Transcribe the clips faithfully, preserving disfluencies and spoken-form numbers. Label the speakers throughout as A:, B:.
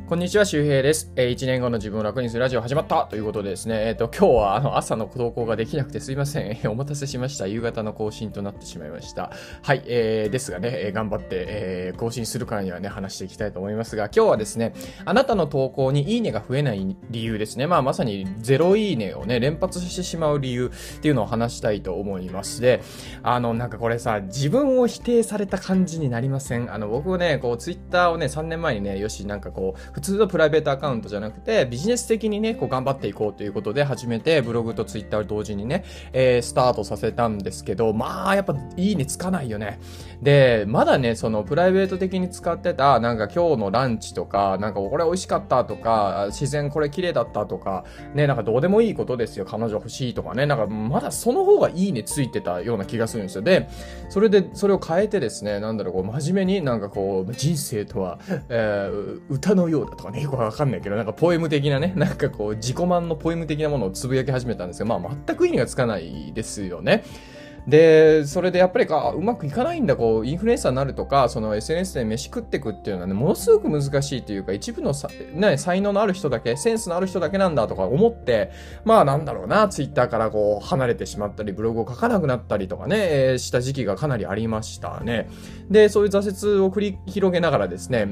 A: こんにちは、周平です。えー、いちねんごの自分を楽にするラジオ始まったということでですね、えっと、今日はあの朝の投稿ができなくてすいません。お待たせしました。夕方の更新となってしまいました。はい、えー、ですがね、えー、頑張って、えー、更新するからにはね、話していきたいと思いますが、今日はですね、あなたの投稿にいいねが増えない理由ですね。まあ、まさにゼロいいねをね、連発してしまう理由っていうのを話したいと思います。で、あの、なんかこれさ、自分を否定された感じになりません？あの、僕はね、こう、ツイッターをね、さんねんまえにね、よし、なんかこう、普通のプライベートアカウントじゃなくて、ビジネス的にね、こう頑張っていこうということで始めて、ブログとツイッターを同時にね、えー、スタートさせたんですけど、まあ、やっぱいいねつかないよね。で、まだね、そのプライベート的に使ってた、なんか今日のランチとか、なんかこれ美味しかったとか、自然これ綺麗だったとか、ね、なんかどうでもいいことですよ。彼女欲しいとかね、なんかまだその方がいいねついてたような気がするんですよ。で、それで、それを変えてですね、なんだろう、こう、真面目になんかこう、人生とは、えー、歌のようだとかね、よくわかんないけど、なんかポエム的なね、なんかこう、自己満のポエム的なものをつぶやき始めたんですけど、まあ全く意味がつかないですよね。で、それでやっぱりか、うまくいかないんだ、こう、インフルエンサーになるとか、その エスエヌエス で飯食ってくっていうのはね、ものすごく難しいというか、一部のさ、ね、才能のある人だけ、センスのある人だけなんだとか思って、まあなんだろうな、ツイッターからこう、離れてしまったり、ブログを書かなくなったりとかね、えー、した時期がかなりありましたね。で、そういう挫折を繰り広げながらですね、うん、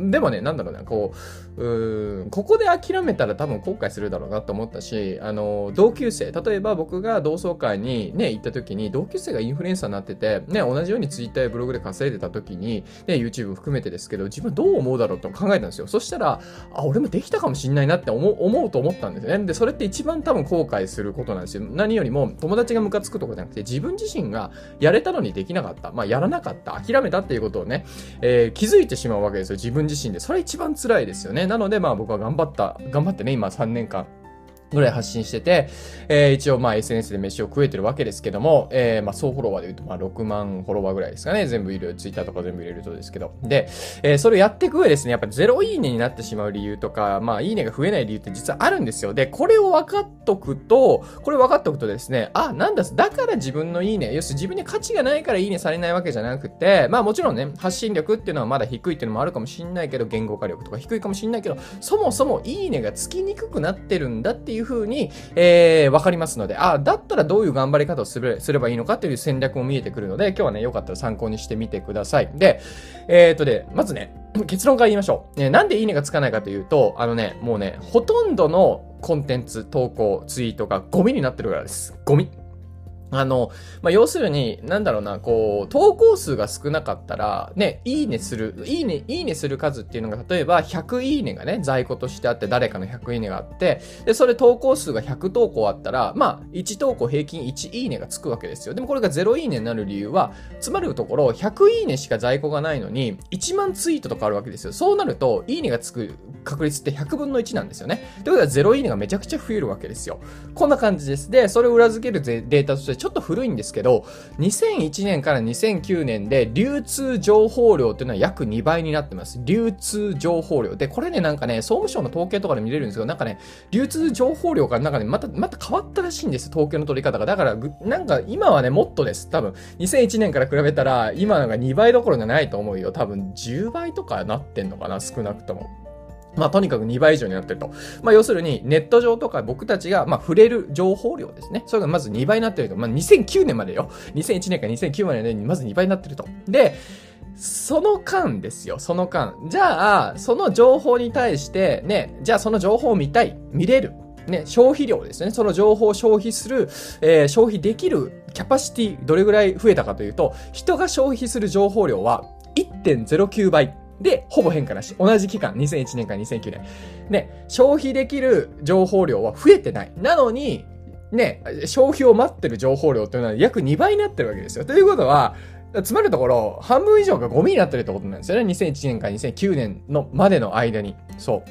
A: でもね、なんだろうな、こう、うーん、ここで諦めたら多分後悔するだろうなと思ったし、あの、同級生、例えば僕が同窓会にね、行った時に、同級生がインフルエンサーになってて、ね、同じようにツイッターやブログで稼いでた時に、ね、YouTube 含めてですけど、自分どう思うだろうと考えたんですよ。そしたら、あ、俺もできたかもしんないなって思う、思うと思ったんですね。で、それって一番多分後悔することなんですよ。何よりも、友達がムカつくとかじゃなくて、自分自身がやれたのにできなかった。まあ、やらなかった。諦めたっていうことをね、えー、気づいてしまうわけですよ。自分自身で。それ一番辛いですよね。なので、まあ僕は頑張った、頑張ってね、今さんねんかん。ぐらい発信してて、えー、一応まあ エスエヌエス で飯を食えてるわけですけども、えー、まあ総フォロワーで言うとまあろくまんフォロワーぐらいですかね。全部いる、ツイッターとか全部入れるとですけど。で、えー、それをやっていく上ですね、やっぱゼロいいねになってしまう理由とか、まあいいねが増えない理由って実はあるんですよ。で、これを分かっとくと、これ分かっとくとですね、あ、なんだ、だから自分のいいね、要するに自分に価値がないからいいねされないわけじゃなくて、まあもちろんね、発信力っていうのはまだ低いっていうのもあるかもしんないけど、言語化力とか低いかもしんないけど、そもそもいいねがつきにくくなってるんだっていう風に、えー、わかりますので、あ、だったらどういう頑張り方をすれ、すればいいのかという戦略も見えてくるので、今日はね、よかったら参考にしてみてください。で、えーとで、まずね、結論から言いましょう。ね、なんでいいねがつかないかというと、あのね、もうね、ほとんどのコンテンツ、投稿、ツイートがゴミになってるからです。ゴミ。あの、まあ、要するに、なんだろうな、こう、投稿数が少なかったら、ね、いいねする、いいね、いいねする数っていうのが、例えば、ひゃくいいねがね、在庫としてあって、誰かのひゃくいいねがあって、で、それ投稿数がひゃく投稿あったら、まあ、いち投稿平均いちいいねがつくわけですよ。でもこれがゼロいいねになる理由は、つまるところ、ひゃくいいねしか在庫がないのに、いちまんツイートとかあるわけですよ。そうなると、いいねがつく確率ってひゃくぶんのいちなんですよね。ということは、ゼロいいねがめちゃくちゃ増えるわけですよ。こんな感じです。で、それを裏付けるデータとして、ちょっと古いんですけど、にせんいちねんからにせんきゅうねんで流通情報量っていうのは約にばいになってます。流通情報量。で、これね、なんかね、総務省の統計とかで見れるんですけど、なんかね、流通情報量がなんかね、また、また変わったらしいんですよ、統計の取り方が。だから、なんか今はね、もっとです。多分、にせんいちねんから比べたら、今のがにばいどころじゃないと思うよ。多分、じゅうばいとかなってんのかな、少なくとも。まあ、とにかくにばい以上になってると。まあ、要するに、ネット上とか僕たちが、まあ、触れる情報量ですね。それがまずにばいになってると。まあ、にせんきゅうねんまでよ。にせんいちねんからにせんきゅうまでにまずにばいになってると。で、その間ですよ、その間。じゃあ、その情報に対して、ね、じゃあその情報を見たい、見れる。ね、消費量ですね。その情報を消費する、えー、消費できるキャパシティ、どれぐらい増えたかというと、人が消費する情報量は いってんゼロきゅうばい。で、ほぼ変化なし。同じ期間、にせんいちねんからにせんきゅうねん。ね、消費できる情報量は増えてない。なのに、ね、消費を待ってる情報量っていうのは約にばいになってるわけですよ。ということは、つまるところ、半分以上がゴミになってるってことなんですよね。にせんいちねんからにせんきゅうねんのまでの間に。そう。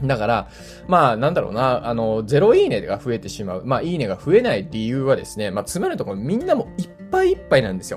A: だから、まあ、なんだろうな、あの、ゼロいいねが増えてしまう。まあ、いいねが増えない理由はですね、まあ、つまるところみんなもいっぱいいっぱいなんですよ。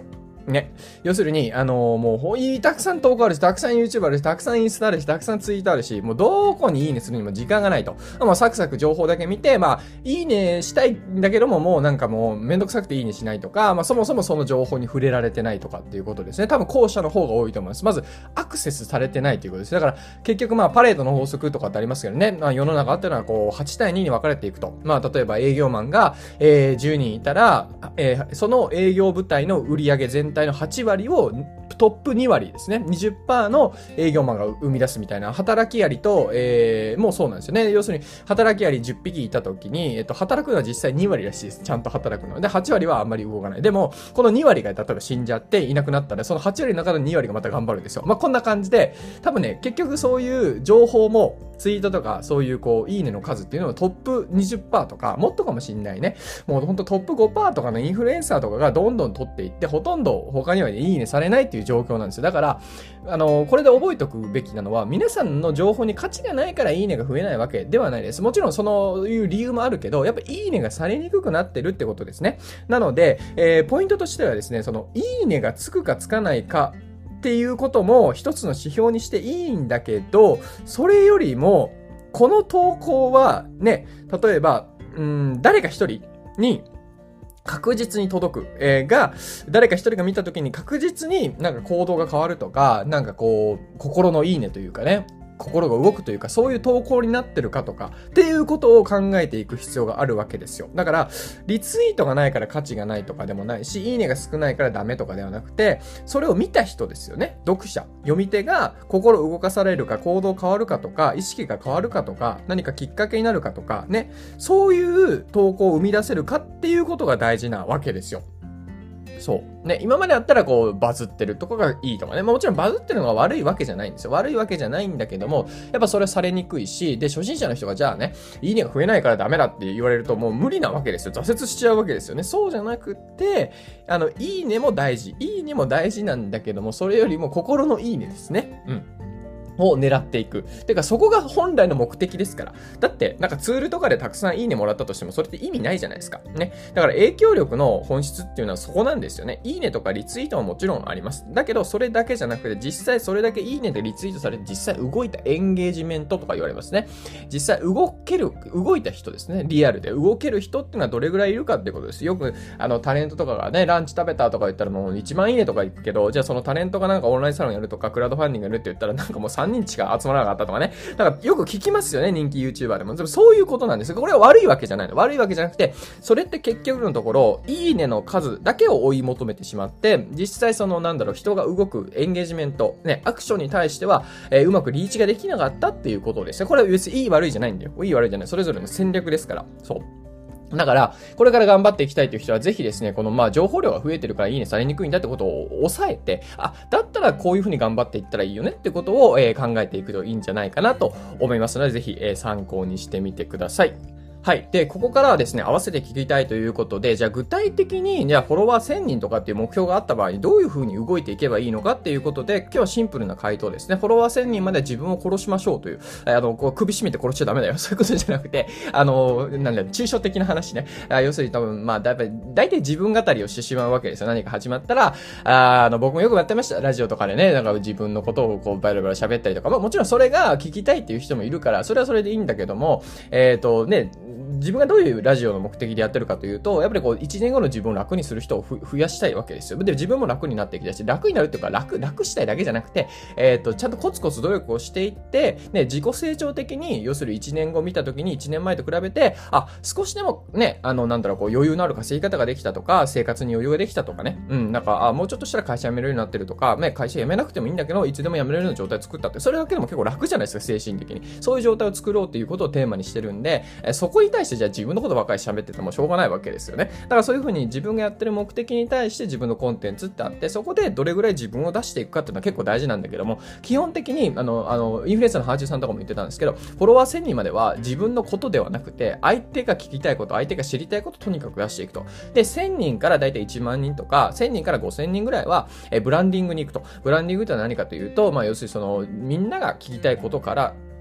A: ね。要するに、あのー、もう、ほい、たくさん投稿あるし、たくさん YouTube あるし、たくさんインスタあるし、たくさんツイートあるし、もうどこにいいねするにも時間がないと。まあ、サクサク情報だけ見て、まあ、いいねしたいんだけども、もうなんかもう、めんどくさくていいねしないとか、まあ、そもそもその情報に触れられてないとかっていうことですね。多分、後者の方が多いと思います。まず、アクセスされてないということです。だから、結局、まあ、パレードの法則とかってありますけどね。まあ、世の中っていうのは、こう、はち対にに分かれていくと。まあ、例えば、営業マンが、えー、じゅうにんいたら、えー、その営業部隊の売上全体のはち割をトップに割ですね。にじゅっパーセント の営業マンが生み出すみたいな、働きアリと、えー、もうそうなんですよね。要するに、働きアリじゅっぴきいたときに、えっと、働くのは実際に割らしいです。ちゃんと働くの。で、はち割はあんまり動かない。でも、このに割が例えば死んじゃっていなくなったら、そのはち割の中のに割がまた頑張るんですよ。まあ、こんな感じで、多分ね、結局そういう情報も、ツイートとか、そういうこう、いいねの数っていうのはトップ にじゅっパーセント とか、もっとかもしんないね。もうほんとトップ ごパーセント とかのインフルエンサーとかがどんどん取っていって、ほとんど他にはいいねされないっていう状況なんですよ。だから、あの、これで覚えておくべきなのは、皆さんの情報に価値がないからいいねが増えないわけではないです。もちろんそういう理由もあるけど、やっぱいいねがされにくくなってるってことですね。なので、えー、ポイントとしてはですね、その、いいねがつくかつかないか、っていうことも一つの指標にしていいんだけど、それよりも、この投稿はね、例えば、うん、誰か一人に確実に届く、えー、が、誰か一人が見たときに確実になんか行動が変わるとか、なんかこう、心のいいねというかね、心が動くというか、そういう投稿になってるかとか、っていうことを考えていく必要があるわけですよ。だから、リツイートがないから価値がないとかでもないし、いいねが少ないからダメとかではなくて、それを見た人ですよね。読者、読み手が心動かされるか、行動変わるかとか、意識が変わるかとか、何かきっかけになるかとか、ね、そういう投稿を生み出せるかっていうことが大事なわけですよ。そう。ね、今まであったらこう、バズってるとかがいいとかね。まあもちろんバズってるのが悪いわけじゃないんですよ。悪いわけじゃないんだけども、やっぱそれはされにくいし、で、初心者の人がじゃあね、いいねが増えないからダメだって言われるともう無理なわけですよ。挫折しちゃうわけですよね。そうじゃなくて、あの、いいねも大事。いいねも大事なんだけども、それよりも心のいいねですね。うん。を狙っていく。てか、そこが本来の目的ですから。だって、なんかツールとかでたくさんいいねもらったとしても、それって意味ないじゃないですか。ね。だから影響力の本質っていうのはそこなんですよね。いいねとかリツイートももちろんあります。だけど、それだけじゃなくて、実際それだけいいねでリツイートされて、実際動いたエンゲージメントとか言われますね。実際動ける、動いた人ですね。リアルで動ける人っていうのはどれぐらいいるかってことです。よく、あの、タレントとかがね、ランチ食べたとか言ったらもういちまんいいねとか行くけど、じゃあそのタレントがなんかオンラインサロンやるとか、クラウドファンディングやるって言ったらなんかもうさんにんしか集まらなかったとかね。だからよく聞きますよね、人気 YouTuber でも。でもそういうことなんです。これは悪いわけじゃないの。悪いわけじゃなくて、それって結局のところ、いいねの数だけを追い求めてしまって、実際そのなんだろう、人が動くエンゲージメント、ね、アクションに対しては、えー、うまくリーチができなかったっていうことですね。これは別にいい悪いじゃないんだよ。いい悪いじゃない。それぞれの戦略ですから。そう。だから、これから頑張っていきたいという人は、ぜひですね、この、まあ、情報量が増えてるからいいねされにくいんだってことを抑えて、あ、だったらこういうふうに頑張っていったらいいよねってことを、えー、考えていくといいんじゃないかなと思いますので、ぜひ、えー、参考にしてみてください。はい。で、ここからはですね、合わせて聞きたいということで、じゃあ具体的に、じゃあフォロワーせんにんとかっていう目標があった場合にどういう風に動いていけばいいのかっていうことで、今日はシンプルな回答ですね。フォロワーせんにんまで自分を殺しましょうという、あの、こう首絞めて殺しちゃダメだよ。そういうことじゃなくて、あの、なんだろう、抽象的な話ね。あ要するに多分、まあ、だいたい、だいたい自分語りをしてしまうわけですよ。何か始まったら、ああの、僕もよくやってました。ラジオとかでね、なんか自分のことをこう、バラバラ喋ったりとか、まあもちろんそれが聞きたいっていう人もいるから、それはそれでいいんだけども、えっと、ね、自分がどういうラジオの目的でやってるかというと、やっぱりこう、いちねんごの自分を楽にする人を増やしたいわけですよ。で、自分も楽になっていきたいし、楽になるっていうか、楽、楽したいだけじゃなくて、えっと、ちゃんとコツコツ努力をしていって、ね、自己成長的に、要するにいちねんご見たときにいちねんまえと比べて、あ、少しでもね、あの、なんだろう、こう、余裕のある稼ぎ方ができたとか、生活に余裕ができたとかね、うん、なんか、あ、もうちょっとしたら会社辞めれるようになってるとか、ね、会社辞めなくてもいいんだけど、いつでも辞めれるような状態を作ったって、それだけでも結構楽じゃないですか、精神的に。そういう状態を作ろうっていうことをテーマにしてるんで、そこに対してじゃあ自分のことばっかり喋っててもしょうがないわけですよね。だからそういう風に自分がやってる目的に対して自分のコンテンツってあって、そこでどれぐらい自分を出していくかっていうのは結構大事なんだけども、基本的に、あの、あの、インフルエンサーのハーチューさんとかも言ってたんですけど、フォロワーせんにんまでは自分のことではなくて、相手が聞きたいこと、相手が知りたいことをとにかく出していくと。で、せんにんからだいたいいちまんにんとか、せんにんからごせんにんぐらいは、え、ブランディングに行くと。ブランディングって何かというと、まあ、要するにその、みんなが聞きたいことから、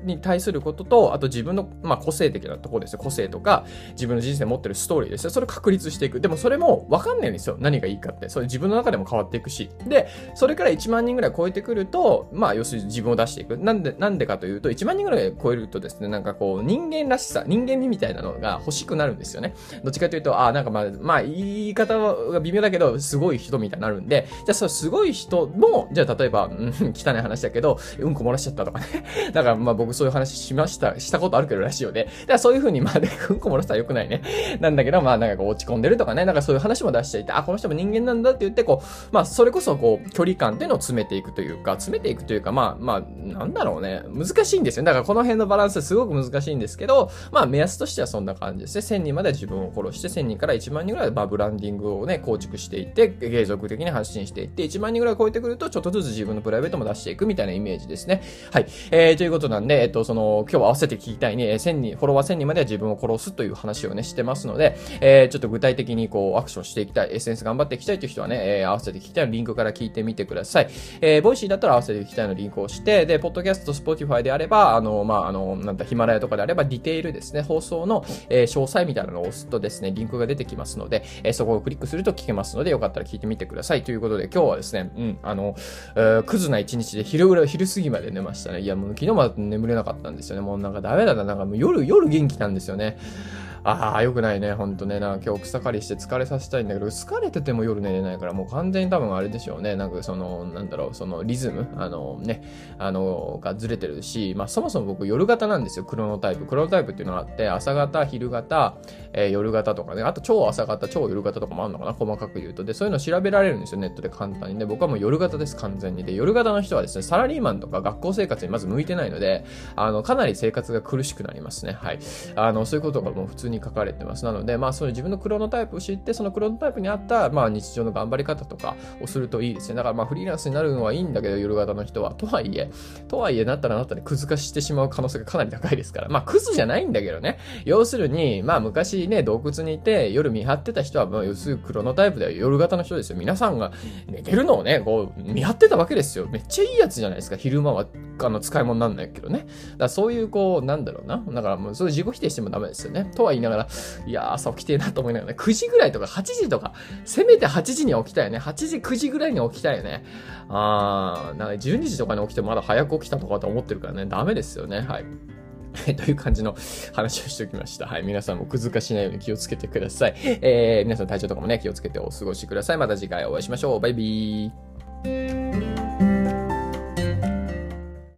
A: に対することと、あと自分の、まあ、個性的なところですよ。個性とか、自分の人生持ってるストーリーですよ。それを確立していく。でもそれも分かんないんですよ。何がいいかって。それ自分の中でも変わっていくし。で、それからいちまんにんぐらい超えてくると、まあ、要するに自分を出していく。なんで、なんでかというと、いちまんにんぐらい超えるとですね、なんかこう、人間らしさ、人間味みたいなのが欲しくなるんですよね。どっちかというと、あ、なんかまあ、まあ、言い方が微妙だけど、すごい人みたいになるんで、じゃあ、そのすごい人も、じゃあ、例えば、うん、汚い話だけど、うんこ漏らしちゃったとかね。だから、まあ、僕そういう話しました、したことあるけど、ラジオで。だから、そういう風に、まあ、ね、うんこ漏らしたら良くないね。なんだけど、まあ、なんかこう、落ち込んでるとかね、なんかそういう話も出しちゃいて、あ、この人も人間なんだって言って、こう、まあ、それこそ、こう、距離感っていうのを詰めていくというか、詰めていくというか、まあ、まあ、なんだろうね。難しいんですよ。だから、この辺のバランスすごく難しいんですけど、まあ、目安としてはそんな感じですね。せんにんまで自分を殺して、せんにんからいちまんにんぐらい、まあ、ブランディングをね、構築していって、継続的に発信していって、いちまんにんぐらい超えてくると、ちょっとずつ自分のプライベートも出していくみたいなイメージですね。はい。えー、ということなんで、えっと、その、今日は合わせて聞きたいに、せんにん、フォロワーせんにんまでは自分を殺すという話をね、してますので、えー、ちょっと具体的にこう、アクションしていきたい、エスエヌエス 頑張っていきたいという人はね、えー、合わせて聞きたいのリンクから聞いてみてください。えー、ボイシーだったら合わせて聞きたいのリンクをして、で、ポッドキャスト、スポティファイであれば、あの、まあ、あの、なんだ、ヒマラヤとかであれば、ディテールですね、放送の、えー、詳細みたいなのを押すとですね、リンクが出てきますので、えー、そこをクリックすると聞けますので、よかったら聞いてみてください。ということで、今日はですね、うん、あの、えー、クズな一日で昼ぐらい、昼過ぎまで寝ましたね。いや、もう昨日まで眠れなかったんですよね。もうなんかダメだな、なんかもう夜、夜元気なんですよね。ああ、よくないね。ほんとね。なんか今日草刈りして疲れさせたいんだけど、疲れてても夜寝れないから、もう完全に多分あれでしょうね。なんかその、なんだろう、そのリズム、あのね、あの、がずれてるし、まあそもそも僕夜型なんですよ。クロノタイプ。クロノタイプっていうのがあって、朝型、昼型、えー、夜型とかね。あと超朝型、超夜型とかもあるのかな。細かく言うと。で、そういうの調べられるんですよ。ネットで簡単に。で、僕はもう夜型です。完全に。で、夜型の人はですね、サラリーマンとか学校生活にまず向いてないので、あの、かなり生活が苦しくなりますね。はい。あの、そういうことがもう普通に書かれてます。なので、まあ、その自分のクロノタイプを知って、そのクロノタイプに合った、まあ、日常の頑張り方とかをするといいですね。だから、まあ、フリーランスになるのはいいんだけど、夜型の人は。とはいえ、とはいえ、なったらなったらクズ化してしまう可能性がかなり高いですから。まあ、クズじゃないんだけどね。要するに、まあ、昔ね、洞窟にいて、夜見張ってた人は、まあ、要するにクロノタイプでは夜型の人ですよ。皆さんが寝てるのをね、こう、見張ってたわけですよ。めっちゃいいやつじゃないですか。昼間は、あの、使い物になんないけどね。だからそういう、こう、なんだろうな。だからもう、そういう自己否定してもダメですよね。とは言いながら、いやー、朝起きてえなと思いながら、ね、くじぐらいとかはちじとか、せめてはちじには起きたよね。はちじ、くじぐらいに起きたよね。あー、なんかじゅうにじとかに起きてもまだ早く起きたとかと思ってるからね、ダメですよね。はい。という感じの話をしておきました。はい。皆さんもくず化しないように気をつけてください。えー、皆さん体調とかもね、気をつけてお過ごしください。また次回お会いしましょう。バイビー。